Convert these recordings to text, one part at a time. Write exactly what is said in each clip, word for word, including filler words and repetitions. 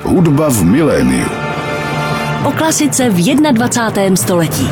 Hudba v miléniu. O klasice v dvacátém prvním století.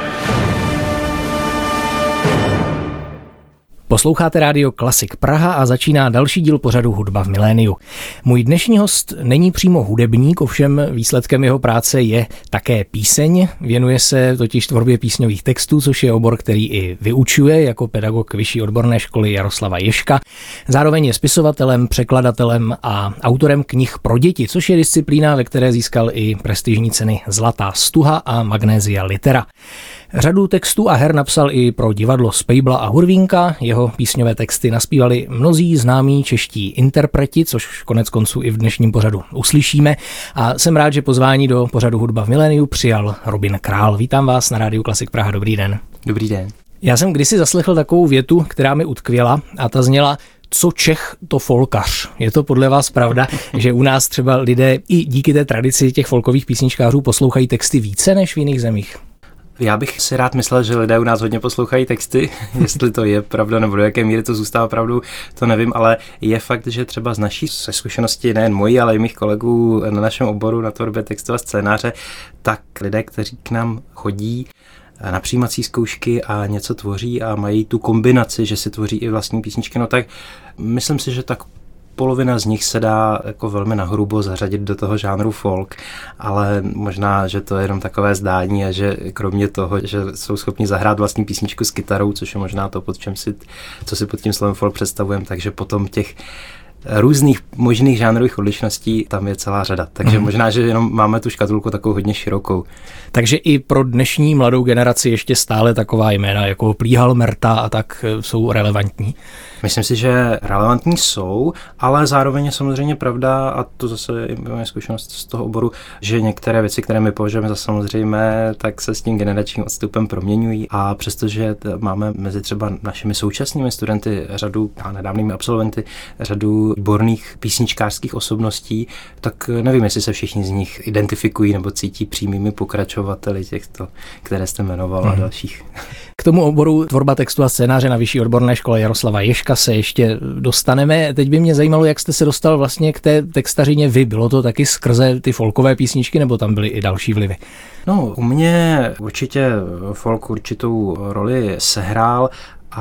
Posloucháte rádio Klasik Praha a začíná další díl pořadu Hudba v miléniu. Můj dnešní host není přímo hudebník, ovšem výsledkem jeho práce je také píseň. Věnuje se totiž tvorbě písňových textů, což je obor, který i vyučuje jako pedagog Vyšší odborné školy Jaroslava Ježka. Zároveň je spisovatelem, překladatelem a autorem knih pro děti, což je disciplína, ve které získal i prestižní ceny Zlatá stuha a Magnézia Litera. Řadu textů a her napsal i pro divadlo Spejbla a Hurvínka, jeho písňové texty naspívali mnozí známí čeští interpreti, což konec konců i v dnešním pořadu uslyšíme. A jsem rád, že pozvání do pořadu Hudba v miléniu přijal Robin Král. Vítám vás na rádiu Klasik Praha. Dobrý den. Dobrý den. Já jsem kdysi zaslechl takovou větu, která mi utkvěla, a ta zněla: co Čech, to folkař. Je to podle vás pravda, že u nás třeba lidé i díky té tradici těch folkových písničkářů poslouchají texty více než v jiných zemích? Já bych si rád myslel, že lidé u nás hodně poslouchají texty, jestli to je pravda nebo do jaké míry to zůstává pravdou, to nevím, ale je fakt, že třeba z naší se zkušenosti, nejen mojí, ale i mých kolegů na našem oboru na tvorbě textu a scénáře, tak lidé, kteří k nám chodí na přijímací zkoušky a něco tvoří a mají tu kombinaci, že si tvoří i vlastní písničky, no tak myslím si, že tak polovina z nich se dá jako velmi nahrubo zařadit do toho žánru folk, ale možná, že to je jenom takové zdání a že kromě toho, že jsou schopni zahrát vlastní písničku s kytarou, což je možná to, pod čem si, co si pod tím slovem folk představujeme, takže potom těch různých možných žánrových odlišností tam je celá řada. Takže mm. možná, že jenom máme tu škatulku takovou hodně širokou. Takže i pro dnešní mladou generaci ještě stále taková jména jako Plíhal, Merta a tak jsou relevantní? Myslím si, že relevantní jsou, ale zároveň je samozřejmě pravda, a to zase je moje zkušenost z toho oboru, že některé věci, které my považujeme za samozřejmé, tak se s tím generačním odstupem proměňují, a přestože máme mezi třeba našimi současnými studenty řadu a nedávnými absolventy řadu výborných písničkářských osobností, tak nevím, jestli se všichni z nich identifikují nebo cítí přímými pokračovateli těchto, které jste jmenoval, hmm. a dalších. K tomu oboru tvorba textu a scénáře na Vyšší odborné škole Jaroslava Ježka se ještě dostaneme. Teď by mě zajímalo, jak jste se dostal vlastně k té textařině vy. Bylo to taky skrze ty folkové písničky, nebo tam byly i další vlivy? No, u mě určitě folk určitou roli sehrál,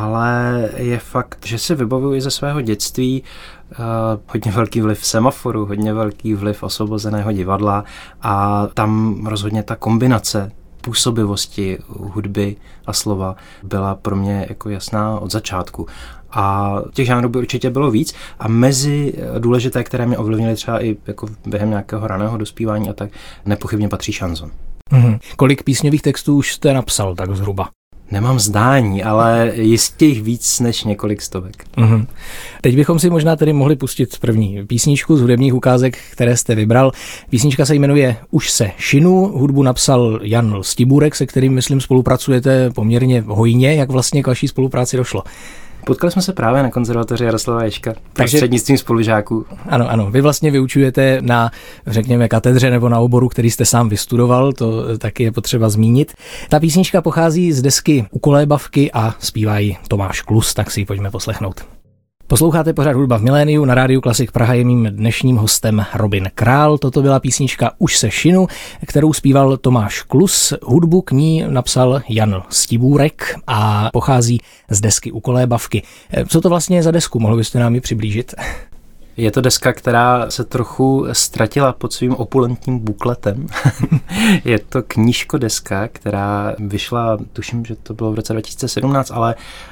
ale je fakt, že si vybavuji ze svého dětství uh, hodně velký vliv Semaforu, hodně velký vliv Osvobozeného divadla, a tam rozhodně ta kombinace působivosti hudby a slova byla pro mě jako jasná od začátku. A těch žánrů by určitě bylo víc, a mezi důležité, které mě ovlivnily třeba i jako během nějakého raného dospívání a tak, nepochybně patří šanson. Mm-hmm. Kolik písňových textů už jste napsal tak zhruba? Nemám zdání, ale jistě jich víc než několik stovek. Mm-hmm. Teď bychom si možná tedy mohli pustit první písničku z hudebních ukázek, které jste vybral. Písnička se jmenuje Už se šinu, hudbu napsal Jan Lstibůrek, se kterým, myslím, spolupracujete poměrně hojně. Jak vlastně k vaší spolupráci došlo? Potkali jsme se právě na konzervatoři Jaroslava Ježka, prostřednictvím spolužáků. Ano, ano. Vy vlastně vyučujete na, řekněme, katedře nebo na oboru, který jste sám vystudoval, to taky je potřeba zmínit. Ta písnička pochází z desky U kolébavky a zpívá ji Tomáš Klus, tak si ji pojďme poslechnout. Posloucháte pořád Hudba v miléniu, na rádiu Klasik Praha je mým dnešním hostem Robin Král. Toto byla písnička Už se šinu, kterou zpíval Tomáš Klus. Hudbu k ní napsal Jan Lstibůrek a pochází z desky U kolébavky. Co to vlastně je za desku? Mohl byste nám ji přiblížit? Je to deska, která se trochu ztratila pod svým opulentním bukletem. Je to knížkodeska, která vyšla, tuším, že to bylo v roce dva tisíce sedmnáct, ale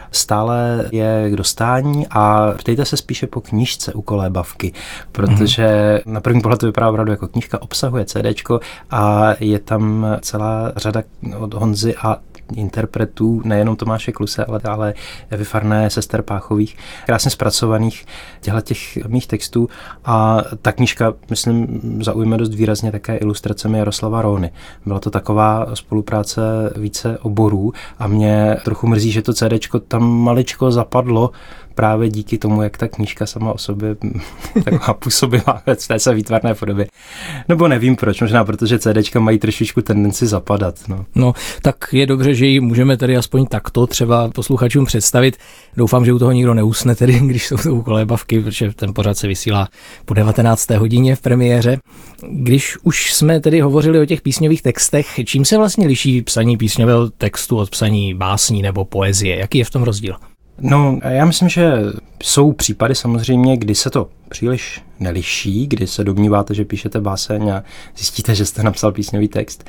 stále je k dostání, a ptejte se spíše po knížce U kolébavky, protože na první pohled to vypadá opravdu jako knížka, obsahuje CDčko a je tam celá řada od Honzy a interpretů, nejenom Tomáše Kluse, ale, ale Evy Farné, sester Páchových, krásně zpracovaných těchto těch mých textů, a ta knížka, myslím, zaujme dost výrazně také ilustracemi Jaroslava Róny. Byla to taková spolupráce více oborů a mě trochu mrzí, že to CDčko tam maličko zapadlo právě díky tomu, jak ta knížka sama o sobě taková působila v té své výtvarné podobě. Nebo nevím proč, možná protože CDčka mají trošičku tendenci zapadat. No. no, tak je dobře, že ji můžeme tedy aspoň takto třeba posluchačům představit. Doufám, že u toho nikdo neusne, tedy, když jsou to kolébavky, protože ten pořad se vysílá po devatenácté hodině v premiéře. Když už jsme tedy hovořili o těch písňových textech, čím se vlastně liší psaní písňového textu od psaní básní nebo poezie? Jaký je v tom rozdíl? No, já myslím, že jsou případy samozřejmě, kdy se to příliš neliší, kdy se domníváte, že píšete báseň a zjistíte, že jste napsal písňový text.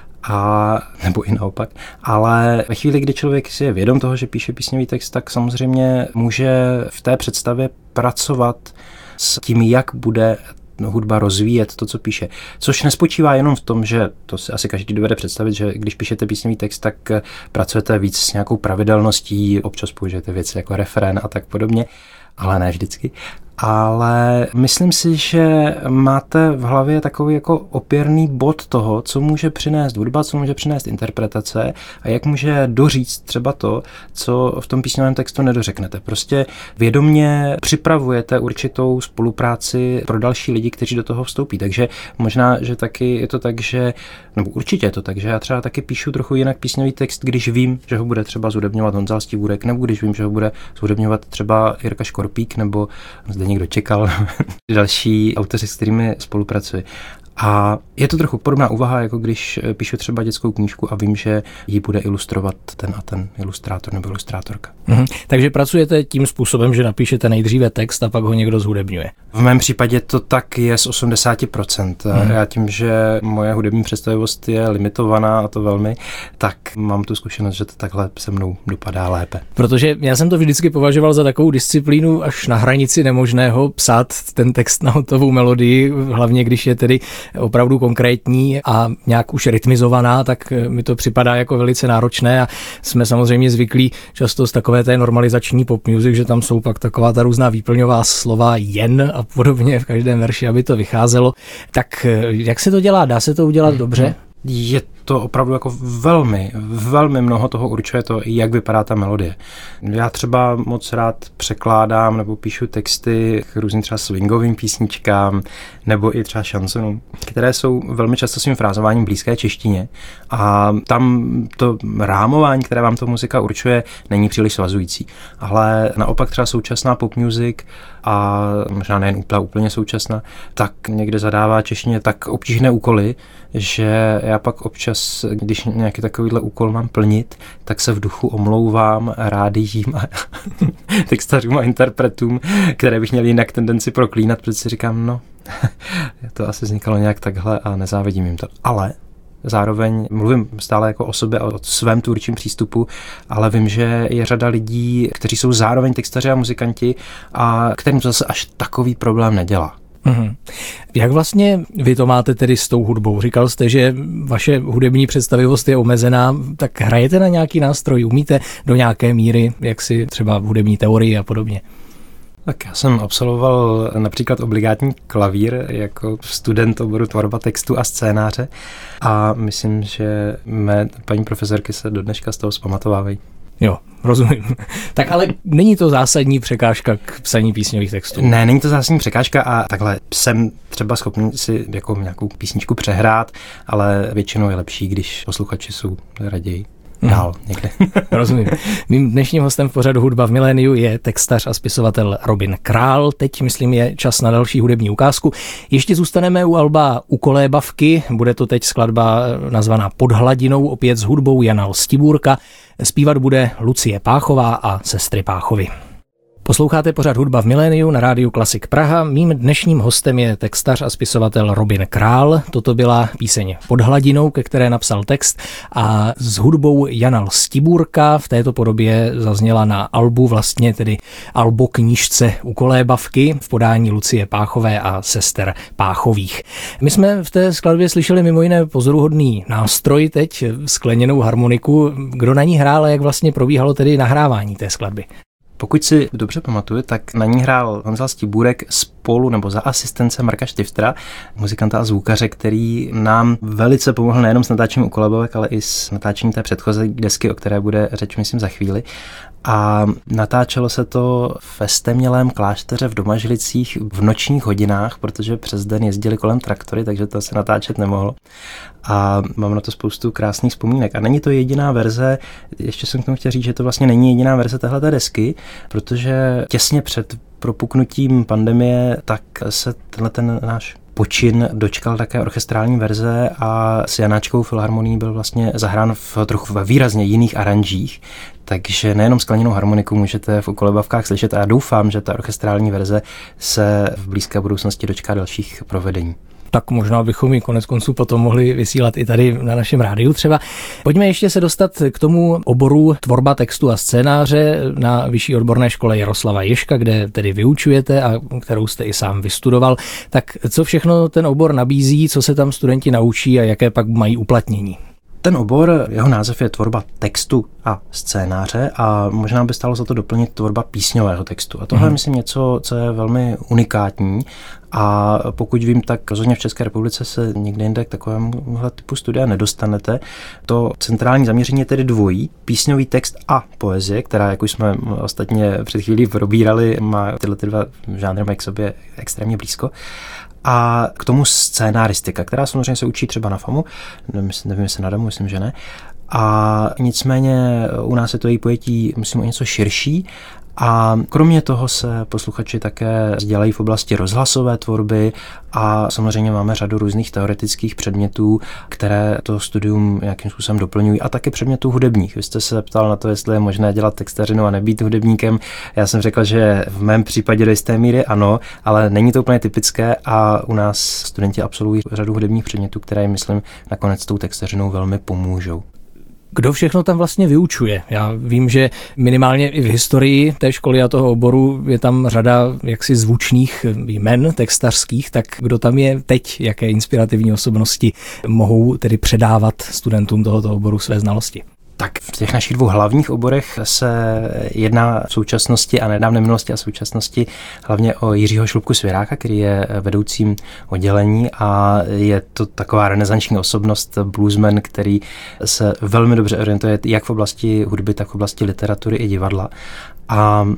A, nebo i naopak. Ale ve chvíli, kdy člověk si je vědom toho, že píše písňový text, tak samozřejmě může v té představě pracovat s tím, jak bude hudba rozvíjet to, co píše. Což nespočívá jenom v tom, že to si asi každý dovede představit, že když píšete písňový text, tak pracujete víc s nějakou pravidelností, občas použijete věci jako refrén a tak podobně, ale ne vždycky. Ale myslím si, že máte v hlavě takový jako opěrný bod toho, co může přinést hudba, co může přinést interpretace a jak může doříct třeba to, co v tom písňovém textu nedořeknete. Prostě vědomě připravujete určitou spolupráci pro další lidi, kteří do toho vstoupí. Takže možná, že taky je to tak, že, nebo určitě je to tak, že já třeba taky píšu trochu jinak písňový text, když vím, že ho bude třeba zhudebňovat Honza Stibůrek, nebo když vím, že ho bude zhudebňovat třeba Jirka Škorpík, nebo zde někdo čekal, další autoři, s kterými spolupracuji. A je to trochu podobná úvaha, jako když píšu třeba dětskou knížku a vím, že ji bude ilustrovat ten a ten ilustrátor nebo ilustrátorka. Mhm. Takže pracujete tím způsobem, že napíšete nejdříve text a pak ho někdo zhudebňuje? V mém případě to tak je z osmdesát procent. Mhm. Já tím, že moje hudební představivost je limitovaná a to velmi, tak mám tu zkušenost, že to takhle se mnou dopadá lépe. Protože já jsem to vždycky považoval za takovou disciplínu až na hranici nemožného psát ten text na hotovou melodii, hlavně když je tedy opravdu konkrétní a nějak už rytmizovaná, tak mi to připadá jako velice náročné a jsme samozřejmě zvyklí často z takové té normalizační pop music, že tam jsou pak taková ta různá výplňová slova jen a podobně v každém verši, aby to vycházelo. Tak jak se to dělá? Dá se to udělat dobře? Je to opravdu jako velmi, velmi mnoho toho určuje to, jak vypadá ta melodie. Já třeba moc rád překládám nebo píšu texty k různým třeba swingovým písničkám nebo i třeba šansonům, které jsou velmi často svým frázováním blízké češtině a tam to rámování, které vám to muzika určuje, není příliš svazující. Ale naopak třeba současná pop music a možná nejen úplně, úplně současná, tak někde zadává češtině tak obtížné úkoly, že já pak občas, když nějaký takovýhle úkol mám plnit, tak se v duchu omlouvám rádiím a textařům a interpretům, které bych měl jinak tendenci proklínat, protože si říkám, no, to asi vznikalo nějak takhle a nezávidím jim to. Ale zároveň mluvím stále jako o sobě a o svém tvůrčím přístupu, ale vím, že je řada lidí, kteří jsou zároveň textaři a muzikanti a kterým to zase až takový problém nedělá. Mm-hmm. Jak vlastně vy to máte tedy s tou hudbou? Říkal jste, že vaše hudební představivost je omezená, tak hrajete na nějaký nástroj, umíte do nějaké míry, jak si třeba hudební teorii a podobně? Tak já jsem absolvoval například obligátní klavír jako student oboru tvorba textu a scénáře a myslím, že mé paní profesorky se do dneška z toho zpamatovávají. Jo, rozumím. Tak ale není to zásadní překážka k psaní písňových textů? Ne, není to zásadní překážka a takhle jsem třeba schopný si jako nějakou písničku přehrát, ale většinou je lepší, když posluchači jsou raději dál někde. Rozumím. Mým dnešním hostem v pořadu Hudba v miléniu je textař a spisovatel Robin Král. Teď, myslím, je čas na další hudební ukázku. Ještě zůstaneme u alba U kolébavky. Bude to teď skladba nazvaná Pod hladinou, opět s hudbou Jana Stibůrka. Zpívat bude Lucie Páchová a sestry Páchovy. Posloucháte pořad Hudba v miléniu na rádiu Klasik Praha. Mým dnešním hostem je textař a spisovatel Robin Král. Toto byla píseň Pod hladinou, ke které napsal text a s hudbou Jana Stibůrka v této podobě zazněla na albu, vlastně tedy albo knížce U kolébavky v podání Lucie Páchové a sester Páchových. My jsme v té skladbě slyšeli mimo jiné pozoruhodný nástroj teď, skleněnou harmoniku. Kdo na ní hrál a jak vlastně probíhalo tedy nahrávání té skladby? Pokud si dobře pamatuju, tak na ní hrál Honza Stibůrek s spolu nebo za asistence Marka Štiftra, muzikanta a zvukaře, který nám velice pomohl nejenom s natáčením u kolebovek, ale i s natáčením té předchozí desky, o které bude řeč, myslím, za chvíli. A natáčelo se to ve Stemělém klášteře v Domažlicích v nočních hodinách, protože přes den jezdili kolem traktory, takže to se natáčet nemohlo. A mám na to spoustu krásných vzpomínek. A není to jediná verze, ještě jsem k tomu chtěl říct, že to vlastně není jediná verze téhleté desky, protože těsně před propuknutím pandemie tak se tenhle ten náš počin dočkal také orchestrální verze a s Janáčkovou filharmonií byl vlastně zahrán v trochu ve výrazně jiných aranžích, takže nejenom skleněnou harmoniku můžete v kolebavkách slyšet a já doufám, že ta orchestrální verze se v blízké budoucnosti dočká dalších provedení. Tak možná bychom ji konec konců potom mohli vysílat i tady na našem rádiu třeba. Pojďme ještě se dostat k tomu oboru tvorba textu a scénáře na Vyšší odborné škole Jaroslava Ježka, kde tedy vyučujete a kterou jste i sám vystudoval. Tak co všechno ten obor nabízí, co se tam studenti naučí a jaké pak mají uplatnění? Ten obor, jeho název je tvorba textu a scénáře a možná by stálo za to doplnit tvorba písňového textu. A tohle je, mm. myslím, něco, co je velmi unikátní a pokud vím, tak rozhodně v České republice se nikdy jinde k takovémuhle typu studia nedostanete. To centrální zaměření je tedy dvojí, písňový text a poezie, která, jak už jsme ostatně před chvílí probírali, má tyhle ty dva žánry mají k sobě extrémně blízko. A k tomu scénáristika, která samozřejmě se učí třeba na FAMu, nevím, jestli na DAMu, myslím, že ne. A nicméně u nás je to její pojetí, myslím, o něco širší. A kromě toho se posluchači také vzdělají v oblasti rozhlasové tvorby a samozřejmě máme řadu různých teoretických předmětů, které to studium nějakým způsobem doplňují a také předmětů hudebních. Vy jste se ptal na to, jestli je možné dělat textařinu a nebýt hudebníkem. Já jsem řekl, že v mém případě do jisté míry ano, ale není to úplně typické a u nás studenti absolvují řadu hudebních předmětů, které jim, myslím, nakonec s tou textařinou velmi pomůžou. Kdo všechno tam vlastně vyučuje? Já vím, že minimálně i v historii té školy a toho oboru je tam řada jaksi zvučných jmen textařských, tak kdo tam je teď, jaké inspirativní osobnosti mohou tedy předávat studentům tohoto oboru své znalosti? Tak v těch našich dvou hlavních oborech se jedná v současnosti a nedávné minulosti a současnosti hlavně o Jiřího Šlupku Svěráka, který je vedoucím oddělení a je to taková renesanční osobnost, bluesman, který se velmi dobře orientuje jak v oblasti hudby, tak v oblasti literatury i divadla. A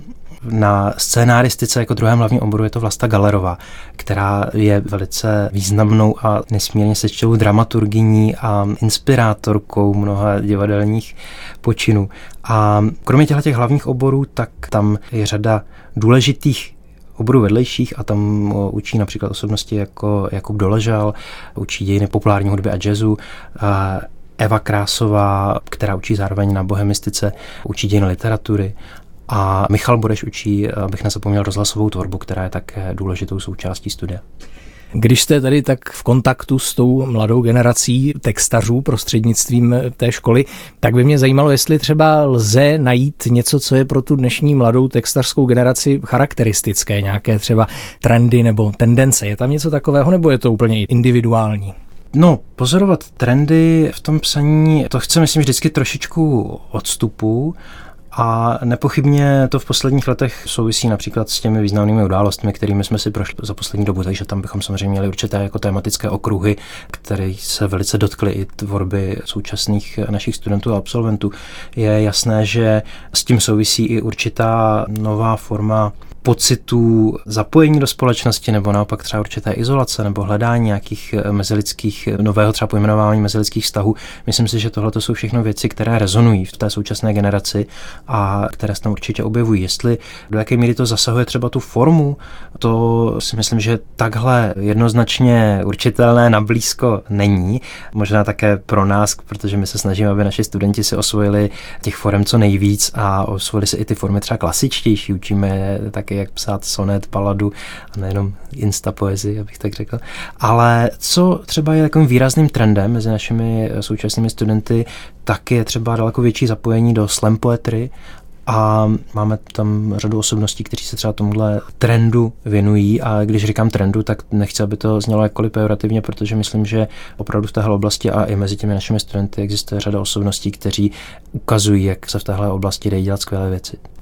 na scénáristice jako druhém hlavním oboru je to Vlasta Galerová, která je velice významnou a nesmírně sečtělou dramaturgyní a inspirátorkou mnoha divadelních počinů. A kromě těchto hlavních oborů, tak tam je řada důležitých oborů vedlejších a tam učí například osobnosti jako Jakub Doležal, učí dějiny populární hudby a jazzu, a Eva Krásová, která učí zároveň na bohemistice, učí dějiny literatury. A Michal Bureš učí, abych nezapomněl, rozhlasovou tvorbu, která je také důležitou součástí studia. Když jste tady tak v kontaktu s tou mladou generací textařů prostřednictvím té školy, tak by mě zajímalo, jestli třeba lze najít něco, co je pro tu dnešní mladou textařskou generaci charakteristické, nějaké třeba trendy nebo tendence. Je tam něco takového, nebo je to úplně individuální? No, pozorovat trendy v tom psaní, to chce, myslím, vždycky trošičku odstupu. A nepochybně to v posledních letech souvisí například s těmi významnými událostmi, kterými jsme si prošli za poslední dobu, takže tam bychom samozřejmě měli určité jako tematické okruhy, které se velice dotkly i tvorby současných našich studentů a absolventů. Je jasné, že s tím souvisí i určitá nová forma pocitů zapojení do společnosti nebo naopak třeba určité izolace nebo hledání nějakých mezilidských, nového třeba pojmenování mezilidských vztahů. Myslím si, že tohle jsou všechno věci, které rezonují v té současné generaci a které se tam určitě objevují. Jestli do jaké míry to zasahuje třeba tu formu, to si myslím, že takhle jednoznačně určitelné nablízko není. Možná také pro nás, protože my se snažíme, aby naši studenti si osvojili těch forem co nejvíc a osvojili si i ty formy třeba klasičtější. Učíme taky, jak psát sonet, baladu a nejenom insta poezii, abych tak řekl. Ale co třeba je takovým výrazným trendem mezi našimi současnými studenty, tak je třeba daleko větší zapojení do slam poetry a máme tam řadu osobností, kteří se třeba tomuhle trendu věnují a když říkám trendu, tak nechci, aby to znělo jakkoliv pejorativně, protože myslím, že opravdu v téhle oblasti a i mezi těmi našimi studenty existuje řada osobností, kteří ukazují, jak se v téhle oblasti dají dělat skvělé věci.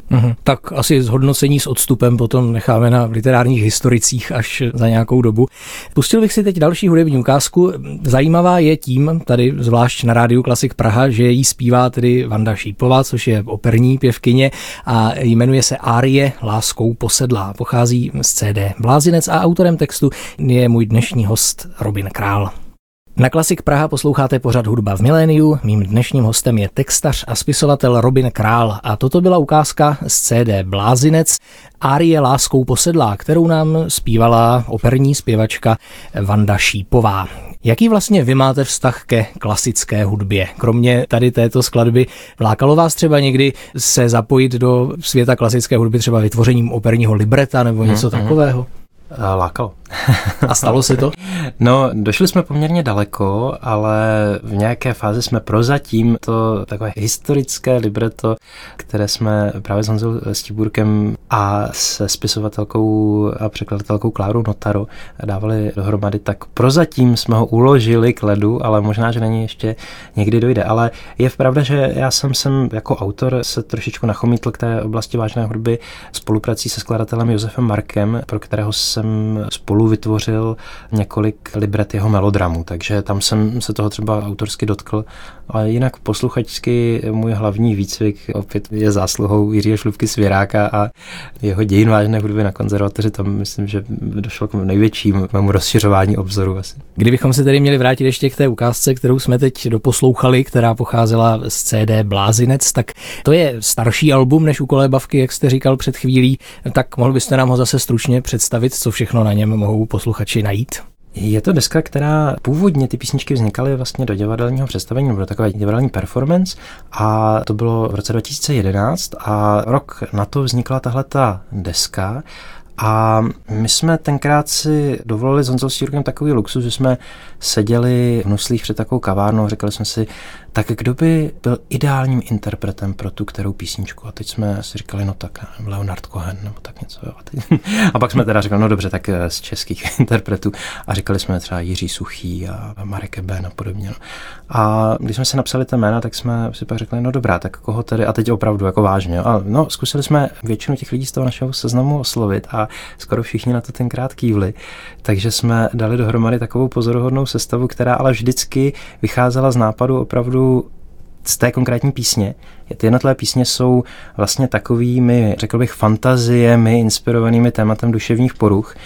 Mhm. Tak asi zhodnocení s odstupem potom necháme na literárních historicích až za nějakou dobu. Pustil bych si teď další hudební ukázku. Zajímavá je tím, tady zvlášť na Rádiu Klasik Praha, že jí zpívá tedy Vanda Šípová, což je operní pěvkyně a jmenuje se Árie Láskou posedlá. Pochází z C D Blázinec a autorem textu je můj dnešní host Robin Král. Na Klasik Praha posloucháte pořad Hudba v miléniu. Mým dnešním hostem je textař a spisovatel Robin Král a toto byla ukázka z C D Blázinec Árie Láskou posedlá, kterou nám zpívala operní zpěvačka Vanda Šípová. Jaký vlastně vy máte vztah ke klasické hudbě? Kromě tady této skladby, lákalo vás třeba někdy se zapojit do světa klasické hudby třeba vytvořením operního libreta nebo něco hmm, takového? Lákalo. A stalo se to? No, došli jsme poměrně daleko, ale v nějaké fázi jsme prozatím to takové historické libreto, které jsme právě s Honzou Stiburkem a se spisovatelkou a překladatelkou Klárou Notaro dávali dohromady, tak prozatím jsme ho uložili k ledu, ale možná, že na něj ještě někdy dojde. Ale je pravda, že já jsem sem jako autor se trošičku nachomítl k té oblasti vážné hudby spoluprací se skladatelem Josefem Markem, pro kterého jsem spolu vytvořil několik libret jeho melodramů, takže tam jsem se toho třeba autorsky dotkl, ale jinak posluchačsky můj hlavní výcvik opět je zásluhou Jiřího Šlubky Svěráka a jeho dějin vážné hudby na konzervatoři, tam myslím, že došlo k největšímu mému rozšiřování obzoru asi. Kdybychom se tedy měli vrátit ještě k té ukázce, kterou jsme teď doposlouchali, která pocházela z C D Blázinec, tak to je starší album než U kolébavky, jak jste říkal před chvílí, tak mohl byste nám ho zase stručně představit, co všechno na něm mohou posluchači najít? Je to deska, která původně ty písničky vznikaly vlastně do divadelního představení, nebo do takové divadelní performance a to bylo v roce dva tisíce jedenáct a rok na to vznikla tahleta deska. A my jsme tenkrát si dovolili s Honzou Stiburkem takový luxus, že jsme seděli v Nuslích před takovou kavárnou, říkali jsme si, tak kdo by byl ideálním interpretem pro tu kterou písničku. A teď jsme si říkali, no tak Leonard Cohen nebo tak něco. Jo. A, teď, a pak jsme teda říkali, no dobře, tak z českých interpretů. A říkali jsme třeba Jiří Suchý a Marek Eben a podobně. No. A když jsme si napsali ta jména, tak jsme si pak řekli, no dobrá, tak koho tedy, a teď opravdu jako vážně. A no, zkusili jsme většinu těch lidí z toho našeho seznamu oslovit a skoro všichni na to tenkrát kývli. Takže jsme dali dohromady takovou pozoruhodnou sestavu, která ale vždycky vycházela z nápadu opravdu z té konkrétní písně. Ty jednotlivé písně jsou vlastně takovými, řekl bych, fantaziemi inspirovanými tématem duševních poruch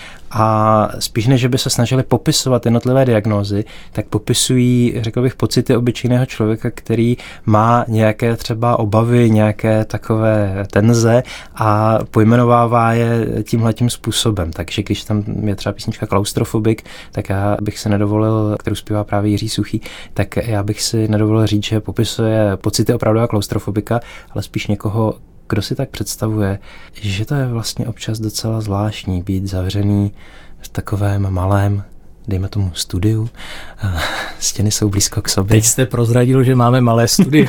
a spíš než by se snažili popisovat jednotlivé diagnózy, tak popisují, řekl bych, pocity obyčejného člověka, který má nějaké třeba obavy, nějaké takové tenze a pojmenovává je tímhletím způsobem. Takže když tam je třeba písnička Klaustrofobik, tak já bych si nedovolil, kterou zpívá právě Jiří Suchý, tak já bych si nedovolil říct, že popisuje pocity opravdového klaustrofobika, ale spíš někoho, kdo si tak představuje, že to je vlastně občas docela zvláštní být zavřený v takovém malém, dejme tomu, studiu. Stěny jsou blízko k sobě. Teď jste prozradil, že máme malé studio.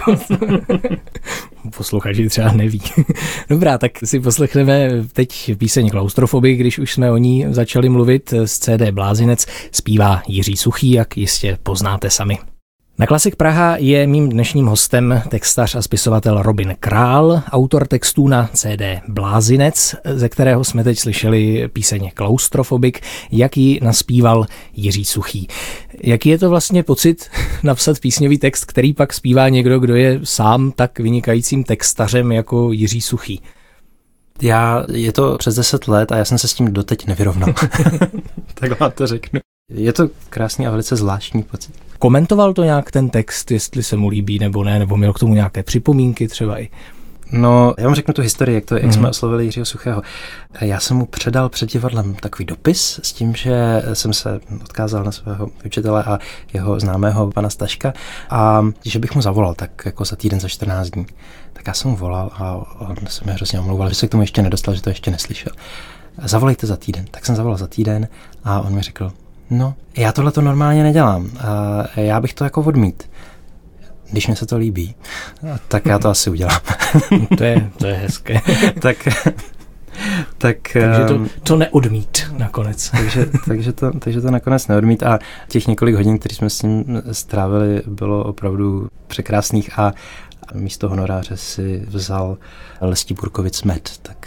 Posluchači třeba neví. Dobrá, tak si poslechneme teď píseň Klaustrofobii, když už jsme o ní začali mluvit. Z C D Blázinec zpívá Jiří Suchý, jak jistě poznáte sami. Na Klasik Praha je mým dnešním hostem textař a spisovatel Robin Král, autor textů na C D Blázinec, ze kterého jsme teď slyšeli píseň Klaustrofobik, jak ji naspíval Jiří Suchý. Jaký je to vlastně pocit napsat písňový text, který pak zpívá někdo, kdo je sám tak vynikajícím textařem jako Jiří Suchý? Já, je to přes deset let a já jsem se s tím doteď nevyrovnal. Tak vám to řeknu. Je to krásný a velice zvláštní pocit. Komentoval to nějak ten text, jestli se mu líbí nebo ne, nebo měl k tomu nějaké připomínky třeba i? No, já vám řeknu tu historii, jak, to, jak mm. jsme oslovili Jiřího Suchého. Já jsem mu předal před divadlem takový dopis s tím, že jsem se odkázal na svého učitele a jeho známého pana Staška a že bych mu zavolal tak jako za týden, za čtrnáct dní. Tak já jsem mu volal a on se mi hrozně omlouval, že se k tomu ještě nedostal, že to ještě neslyšel. Zavolejte za týden. Tak jsem zavolal za týden a on mi řekl, no, já tohle to normálně nedělám. A já bych to jako odmít. Když mi se to líbí, tak já to asi udělám. to, je, to je hezké. tak, tak, takže to, to neodmít nakonec. takže, takže, to, takže to nakonec neodmít a těch několik hodin, které jsme s ním strávili, bylo opravdu překrásných a a místo honoráře si vzal Lestí Burkovic med, tak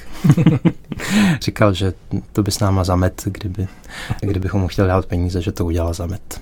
říkal, že to by s náma za med, kdyby, kdybychom mu chtěli dát peníze, že to udělal za med.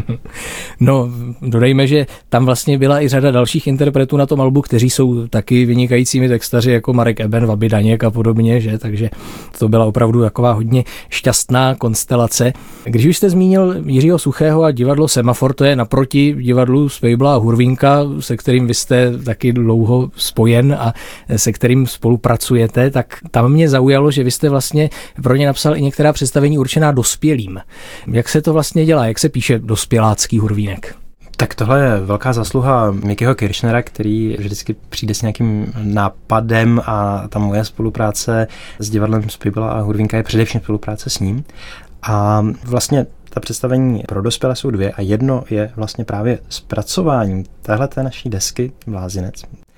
No, dodejme, že tam vlastně byla i řada dalších interpretů na tom albu, kteří jsou taky vynikajícími textaři, jako Marek Eben, Vaby Daněk a podobně, že? Takže to byla opravdu taková hodně šťastná konstelace. Když už jste zmínil Jiřího Suchého a divadlo Semafor, to je naproti divadlu Svejbla a Hurvínka, se kterým vy jste taky dlouho spojen a se kterým spolupracujete, tak tam mě zaujalo, že vy jste vlastně pro ně napsal i některá představení určená dospělým. Jak se to vlastně dělá? Jak se píše dospělácký Hurvínek? Tak tohle je velká zasluha Mickeyho Kirchnera, který vždycky přijde s nějakým nápadem a ta moje spolupráce s divadlem Svejbla a Hurvínka je především spolupráce s ním. A vlastně ta představení pro dospělé jsou dvě a jedno je vlastně právě zpracování téhleté naší desky Blázinec.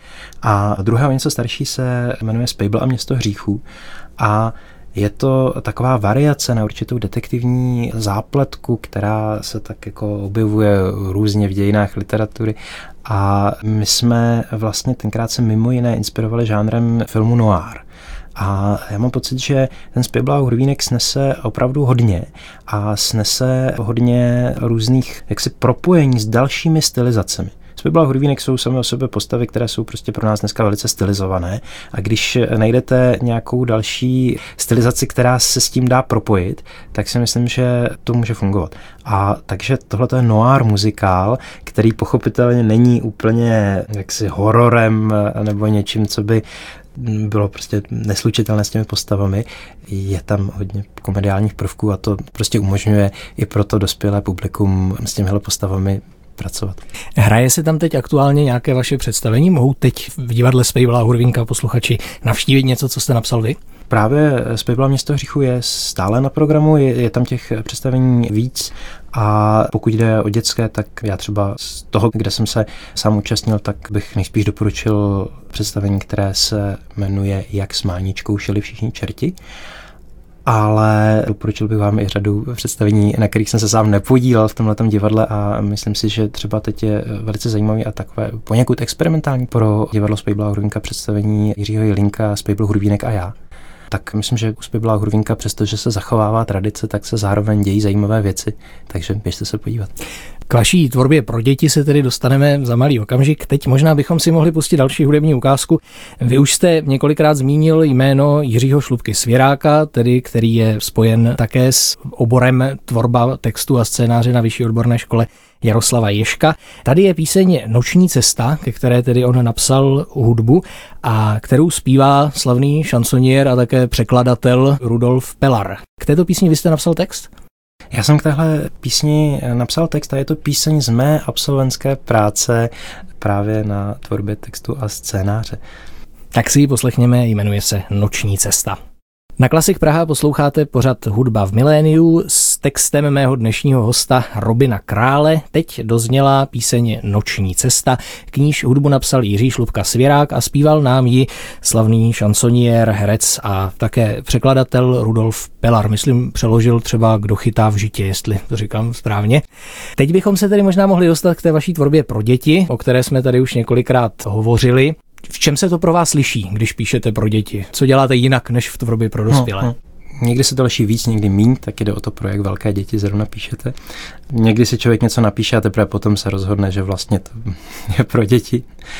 A druhé o něco starší se jmenuje Spejbl a město hříchů a je to taková variace na určitou detektivní zápletku, která se tak jako objevuje různě v dějinách literatury a my jsme vlastně tenkrát se mimo jiné inspirovali žánrem filmu noir. A já mám pocit, že ten Spejbl a Hurvínek snese opravdu hodně a snese hodně různých jaksi propojení s dalšími stylizacemi. Spejbl a Hurvínek jsou sami o sobě postavy, které jsou prostě pro nás dneska velice stylizované a když najdete nějakou další stylizaci, která se s tím dá propojit, tak si myslím, že to může fungovat. A takže tohle je noir muzikál, který pochopitelně není úplně jaksi hororem nebo něčím, co by bylo prostě neslučitelné s těmi postavami. Je tam hodně komediálních prvků a to prostě umožňuje i pro to dospělé publikum s těmihle postavami pracovat. Hraje se tam teď aktuálně nějaké vaše představení? Mohou teď v divadle Spejbla a Hurvínka posluchači navštívit něco, co jste napsal vy? Právě Spejbl a město hříchu je stále na programu, je, je tam těch představení víc a pokud jde o dětské, tak já třeba z toho, kde jsem se sám účastnil, tak bych nejspíš doporučil představení, které se jmenuje Jak s Máničkou šili všichni čerti. Ale doporučil bych vám i řadu představení, na kterých jsem se sám nepodílel v tomhletom divadle a myslím si, že třeba teď je velice zajímavý a takové poněkud experimentální pro divadlo Spejbla a Hurvínka představení Jiřího Jelínka Spejbl, Hurvínek a já. Tak myslím, že u Spejbla a Hurvínka, přestože se zachovává tradice, tak se zároveň dějí zajímavé věci, takže běžte se podívat. K vaší tvorbě pro děti se tedy dostaneme za malý okamžik. Teď možná bychom si mohli pustit další hudební ukázku. Vy už jste několikrát zmínil jméno Jiřího Šlupky Svěráka, tedy který je spojen také s oborem tvorba textu a scénáře na Vyšší odborné škole Jaroslava Ježka. Tady je píseň Noční cesta, ke které tedy on napsal hudbu a kterou zpívá slavný šansoniér a také překladatel Rudolf Pelar. K této písni vy jste napsal text? Já jsem k téhle písni napsal text a je to píseň z mé absolventské práce právě na tvorbě textu a scénáře. Tak si ji poslechněme, jmenuje se Noční cesta. Na Klasik Praha posloucháte pořad Hudba v miléniu s textem mého dnešního hosta Robina Krále. Teď dozněla píseň Noční cesta, k níž hudbu napsal Jiří Šlupka Svěrák a zpíval nám ji slavný šansoniér, herec a také překladatel Rudolf Pelar. Myslím, přeložil třeba Kdo chytá v žitě, jestli to říkám správně. Teď bychom se tedy možná mohli dostat k té vaší tvorbě pro děti, o které jsme tady už několikrát hovořili. V čem se to pro vás liší, když píšete pro děti? Co děláte jinak než v tvorbě pro dospělé? No, no. Někdy se to liší víc, někdy míň, tak jde o to, pro jak velké děti zrovna píšete. Někdy si člověk něco napíše a teprve potom se rozhodne, že vlastně to je pro děti.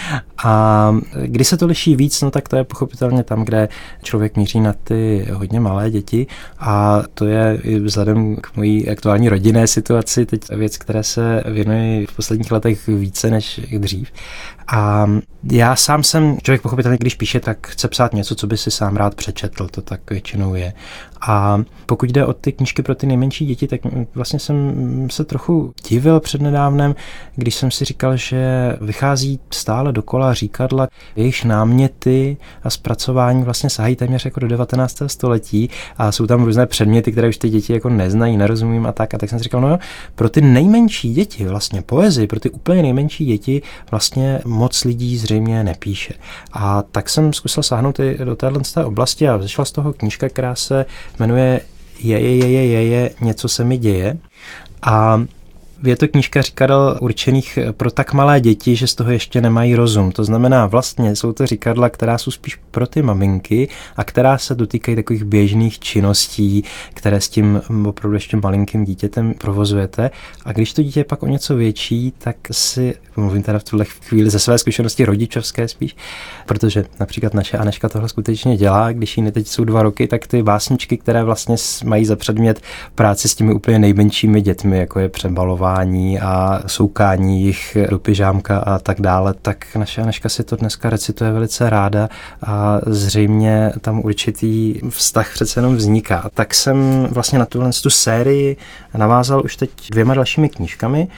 A když se to liší víc, no tak to je pochopitelně tam, kde člověk míří na ty hodně malé děti a to je i vzhledem k mojí aktuální rodinné situaci teď věc, které se věnuji v posledních letech více než dřív. A já sám jsem, člověk pochopitelně, když píše, tak chce psát něco, co by si sám rád přečetl, to tak většinou je. A pokud jde o ty knížky pro ty nejmenší děti, tak vlastně jsem se trochu divil přednedávnem, když jsem si říkal, že vychází stále dokola říkadla, jejich náměty a zpracování vlastně sahají téměř jako do devatenáctého století a jsou tam různé předměty, které už ty děti jako neznají, nerozumím a tak. A tak jsem si říkal, no jo, pro ty nejmenší děti vlastně poezii, pro ty úplně nejmenší děti vlastně moc lidí zřejmě nepíše. A tak jsem zkusil sáhnout i do téhle oblasti a vyšla z toho knížka, která se jmenuje Je, je, je, je, je, je, něco se mi děje. A Je to knížka říkadel určených pro tak malé děti, že z toho ještě nemají rozum. To znamená, vlastně jsou to říkadla, která jsou spíš pro ty maminky a která se dotýkají takových běžných činností, které s tím opravdu ještě malinkým dítětem provozujete. A když to dítě je pak o něco větší, tak si, mluvím teda v tuhle chvíli ze své zkušenosti rodičovské spíš, protože například naše Anežka tohle skutečně dělá, když jí teď jsou dva roky, tak ty básničky, které vlastně mají za předmět práci s těmi úplně nejmenšími dětmi, jako je přebalování a soukání jich do pyžámka a tak dále, tak naše Anežka si to dneska recituje velice ráda a zřejmě tam určitý vztah přece jenom vzniká. Tak jsem vlastně na tuhle tu sérii navázal už teď dvěma dalšími knížkami.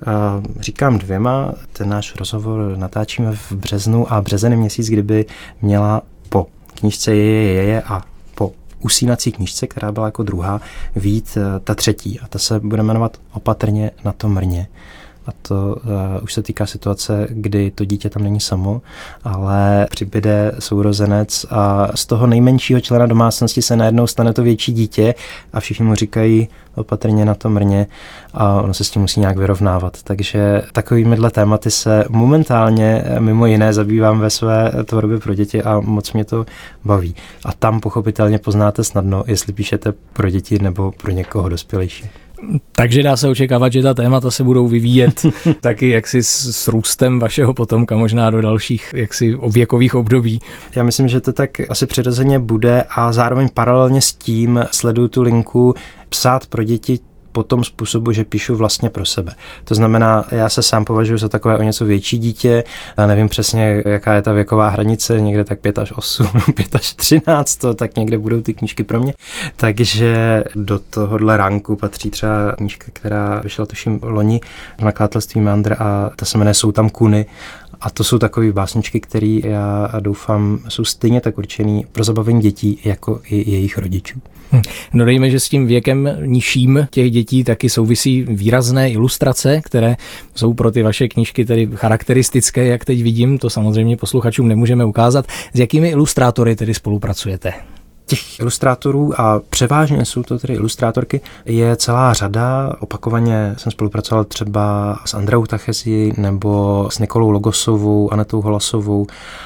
Říkám dvěma, ten náš rozhovor natáčíme v březnu a březen je měsíc, kdyby měla po knížce Jeje Jeje a po usínací knížce, která byla jako druhá, vyjít ta třetí a ta se bude jmenovat Opatrně na to mrně. A to uh, už se týká situace, kdy to dítě tam není samo, ale přibyde sourozenec a z toho nejmenšího člena domácnosti se najednou stane to větší dítě a všichni mu říkají opatrně na to mrně a ono se s tím musí nějak vyrovnávat. Takže takovýmihle tématy se momentálně mimo jiné zabývám ve své tvorbě pro děti a moc mě to baví. A tam pochopitelně poznáte snadno, jestli píšete pro děti nebo pro někoho dospělejší. Takže dá se očekávat, že ta témata se budou vyvíjet taky jaksi s, s růstem vašeho potomka, možná do dalších jaksi věkových období. Já myslím, že to tak asi přirozeně bude a zároveň paralelně s tím sleduju tu linku psát pro děti po tom způsobu, že píšu vlastně pro sebe. To znamená, já se sám považuji za takové o něco větší dítě, já nevím přesně, jaká je ta věková hranice, někde tak pět až osm, pět až třináct, to tak někde budou ty knížky pro mě. Takže do tohohle ranku patří třeba knížka, která vyšla tuším loni v nakladatelství Meandr a ta se jmenuje Jsou tam kuny. A to jsou takové básničky, které já doufám jsou stejně tak určený pro zabavení dětí, jako i jejich rodičů. Hm. Dodejme, že s tím věkem nižším těch dětí taky souvisí výrazné ilustrace, které jsou pro ty vaše knížky tedy charakteristické, jak teď vidím, to samozřejmě posluchačům nemůžeme ukázat. S jakými ilustrátory tedy spolupracujete? Těch ilustrátorů, a převážně jsou to tedy ilustrátorky, je celá řada. Opakovaně jsem spolupracoval třeba s Andreou Tachezi nebo s Nikolou Logosovou, Anetou Holasovou.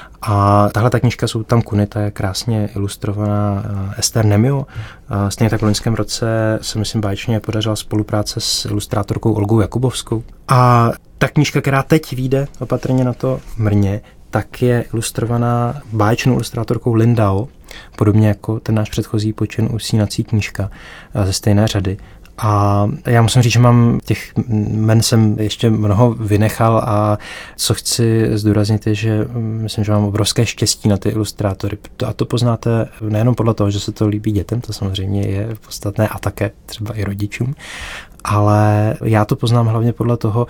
A tahle ta knížka Jsou tam kuny, ta je krásně ilustrovaná Ester Nemio. Stejně tak v loňském roce se myslím báječně podařila spolupráce s ilustrátorkou Olgou Jakubovskou. A ta knížka, která teď vyjde Opatrně na to mrně, tak je ilustrovaná báječnou ilustrátorkou Lindao, podobně jako ten náš předchozí počin usínací knížka ze stejné řady. A já musím říct, že mám těch men jsem ještě mnoho vynechal a co chci zdůraznit je, že myslím, že mám obrovské štěstí na ty ilustrátory. A to poznáte nejenom podle toho, že se to líbí dětem, to samozřejmě je podstatné a také třeba i rodičům, ale já to poznám hlavně podle toho,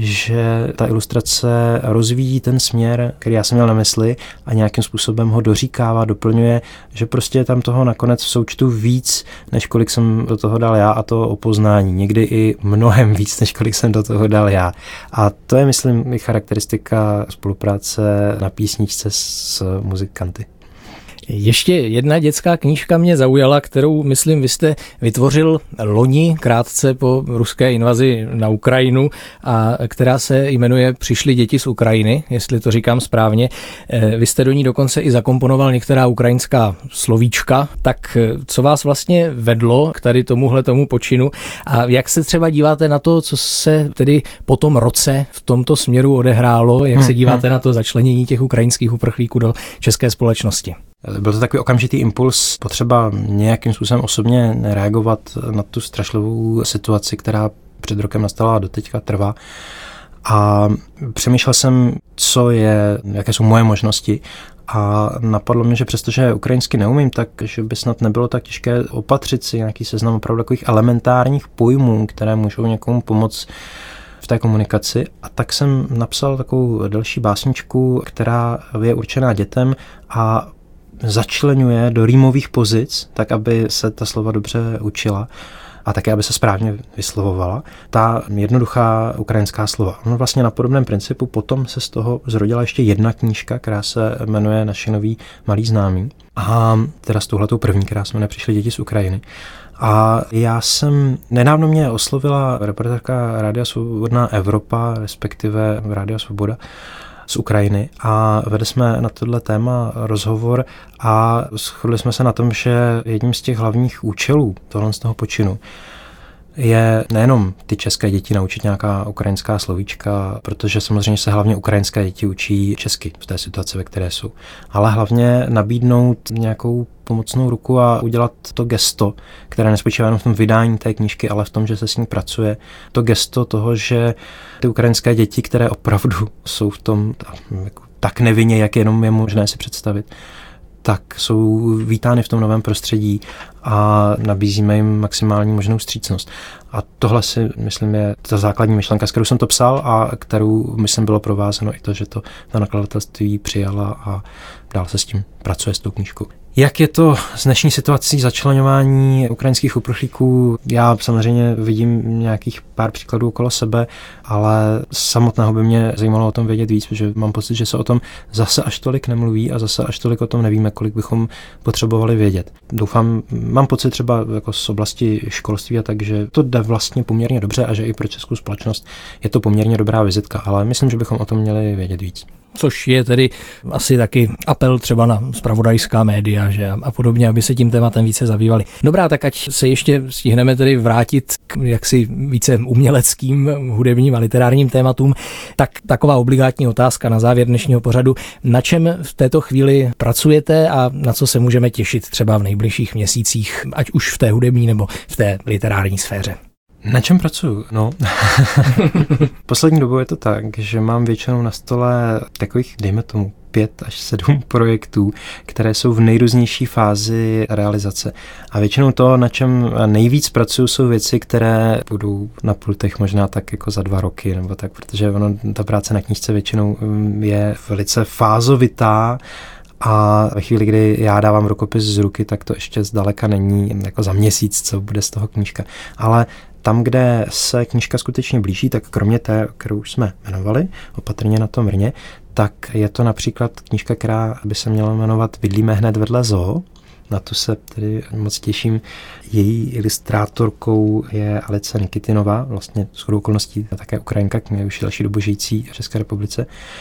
že ta ilustrace rozvíjí ten směr, který já jsem měl na mysli a nějakým způsobem ho doříkává, doplňuje, že prostě je tam toho nakonec v součtu víc, než kolik jsem do toho dal já a to opoznání. Někdy i mnohem víc, než kolik jsem do toho dal já. A to je, myslím, i charakteristika spolupráce na písničce s muzikanty. Ještě jedna dětská knížka mě zaujala, kterou, myslím, vy jste vytvořil loni, krátce po ruské invazi na Ukrajinu, a která se jmenuje Přišly děti z Ukrajiny, jestli to říkám správně. Vy jste do ní dokonce i zakomponoval některá ukrajinská slovíčka. Tak co vás vlastně vedlo k tady tomuhle tomu počinu a jak se třeba díváte na to, co se tedy po tom roce v tomto směru odehrálo, jak se díváte na to začlenění těch ukrajinských uprchlíků do české společnosti? Byl to takový okamžitý impuls, potřeba nějakým způsobem osobně reagovat na tu strašlivou situaci, která před rokem nastala a doteďka trvá. A přemýšlel jsem, co je, jaké jsou moje možnosti. A napadlo mě, že přestože ukrajinsky neumím, tak že by snad nebylo tak těžké opatřit si nějaký seznam opravdu takových elementárních pojmů, které můžou někomu pomoct v té komunikaci. A tak jsem napsal takovou delší básničku, která je určená dětem a začleňuje do rýmových pozic, tak aby se ta slova dobře učila a také, aby se správně vyslovovala. Ta jednoduchá ukrajinská slova. No vlastně na podobném principu potom se z toho zrodila ještě jedna knížka, která se jmenuje Naši noví malí známí. A teda s touhletou první, která se jmenuje Přišly děti z Ukrajiny. A já jsem, nedávno mě oslovila reportérka Rádia Svobodná Evropa, respektive Rádia Svoboda z Ukrajiny a vedli jsme na tohle téma rozhovor a shodli jsme se na tom, že jedním z těch hlavních účelů tohle z toho počinu je nejenom ty české děti naučit nějaká ukrajinská slovíčka, protože samozřejmě se hlavně ukrajinské děti učí česky v té situaci, ve které jsou, ale hlavně nabídnout nějakou pomocnou ruku a udělat to gesto, které nespočívá jenom v tom vydání té knížky, ale v tom, že se s ní pracuje. To gesto toho, že ty ukrajinské děti, které opravdu jsou v tom tak nevinně, jak jenom je možné si představit, tak jsou vítány v tom novém prostředí a nabízíme jim maximální možnou vstřícnost. A tohle si, myslím, je ta základní myšlenka, s kterou jsem to psal a kterou, myslím, bylo provázeno i to, že to ta nakladatelství přijala a dál se s tím pracuje s tou knížkou. Jak je to s dnešní situací začleňování ukrajinských uprchlíků? Já samozřejmě vidím nějakých pár příkladů okolo sebe, ale samotného by mě zajímalo o tom vědět víc, protože mám pocit, že se o tom zase až tolik nemluví a zase až tolik o tom nevíme, kolik bychom potřebovali vědět. Doufám, mám pocit třeba jako z oblasti školství a tak, že to jde vlastně poměrně dobře a že i pro českou společnost je to poměrně dobrá vizitka, ale myslím, že bychom o tom měli vědět víc. Což je tedy asi taky apel třeba na zpravodajská média, že a podobně, aby se tím tématem více zabývali. Dobrá, tak ať se ještě stihneme tedy vrátit k jaksi více uměleckým, hudebním a literárním tématům, tak taková obligátní otázka na závěr dnešního pořadu. Na čem v této chvíli pracujete a na co se můžeme těšit třeba v nejbližších měsících, ať už v té hudební nebo v té literární sféře? Na čem pracuju? No, poslední dobou je to tak, že mám většinou na stole takových, dejme tomu, pět až sedm projektů, které jsou v nejrůznější fázi realizace. A většinou to, na čem nejvíc pracuju, jsou věci, které budou na pultech možná tak jako za dva roky, nebo tak, protože ono, ta práce na knížce většinou je velice fázovitá. A ve chvíli, kdy já dávám rukopis z ruky, tak to ještě zdaleka není jako za měsíc, co bude z toho knížka. Ale tam, kde se knížka skutečně blíží, tak kromě té, kterou jsme jmenovali, Opatrně na tom Rně, tak je to například knížka, která by se měla jmenovat Bydlíme hned vedle zoo. Na tu se tedy moc těším. Její ilustrátorkou je Alice Nikitinová, vlastně shodou okolností také Ukrajinka, k mě už další dobu žijící v České republice.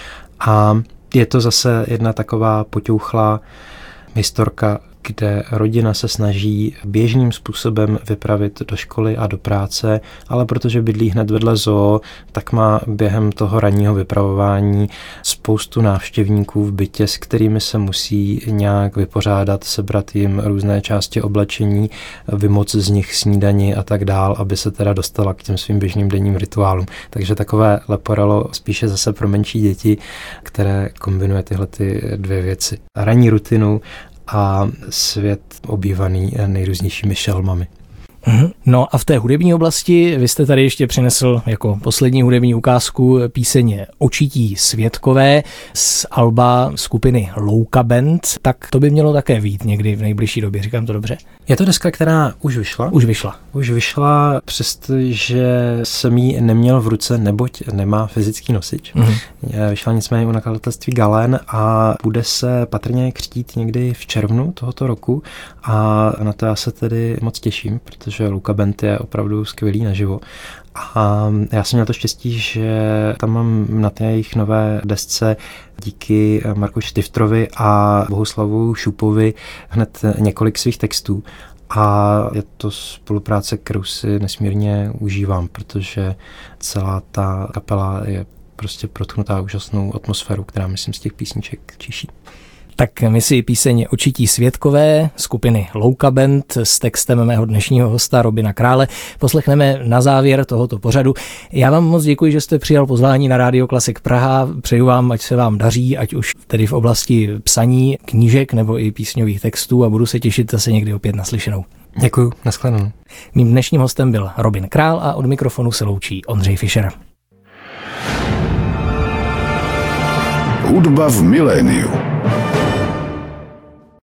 A je to zase jedna taková poťouchlá historka, kde rodina se snaží běžným způsobem vypravit do školy a do práce, ale protože bydlí hned vedle zoo, tak má během toho ranního vypravování spoustu návštěvníků v bytě, s kterými se musí nějak vypořádat, sebrat jim různé části oblečení, vymoct z nich snídani a tak dál, aby se teda dostala k těm svým běžným denním rituálům. Takže takové leporelo spíše zase pro menší děti, které kombinuje tyhle ty dvě věci. Ranní rutinu a svět obývaný nejrůznějšími šelmami. No a v té hudební oblasti vy jste tady ještě přinesl jako poslední hudební ukázku píseň Očití svědkové z alba skupiny Louka Band, tak to by mělo také vyjít někdy v nejbližší době, říkám to dobře? Je to deska, která už vyšla. Už vyšla. Už vyšla, přestože jsem ji neměl v ruce, neboť nemá fyzický nosič. Mm-hmm. Vyšla nicméně u nakladatelství Galen a bude se patrně křtít někdy v červnu tohoto roku a na to já se tedy moc těším, protože že Louka Band je opravdu skvělý naživo. A já jsem měl to štěstí, že tam mám na té jejich nové desce díky Marku Štiftrovi a Bohuslavu Šupovi hned několik svých textů. A je to spolupráce, kterou si nesmírně užívám, protože celá ta kapela je prostě protknutá úžasnou atmosféru, která, myslím, z těch písniček čiší. Tak my si píseň Očití svědkové skupiny Louka Band s textem mého dnešního hosta Robina Krále poslechneme na závěr tohoto pořadu. Já vám moc děkuji, že jste přijal pozvání na Rádio Klasik Praha. Přeju vám, ať se vám daří, ať už tedy v oblasti psaní knížek nebo i písňových textů a budu se těšit zase někdy opět naslyšenou. Děkuji, nashledanou. Mým dnešním hostem byl Robin Král a od mikrofonu se loučí Ondřej Fischer. Hudba v miléniu.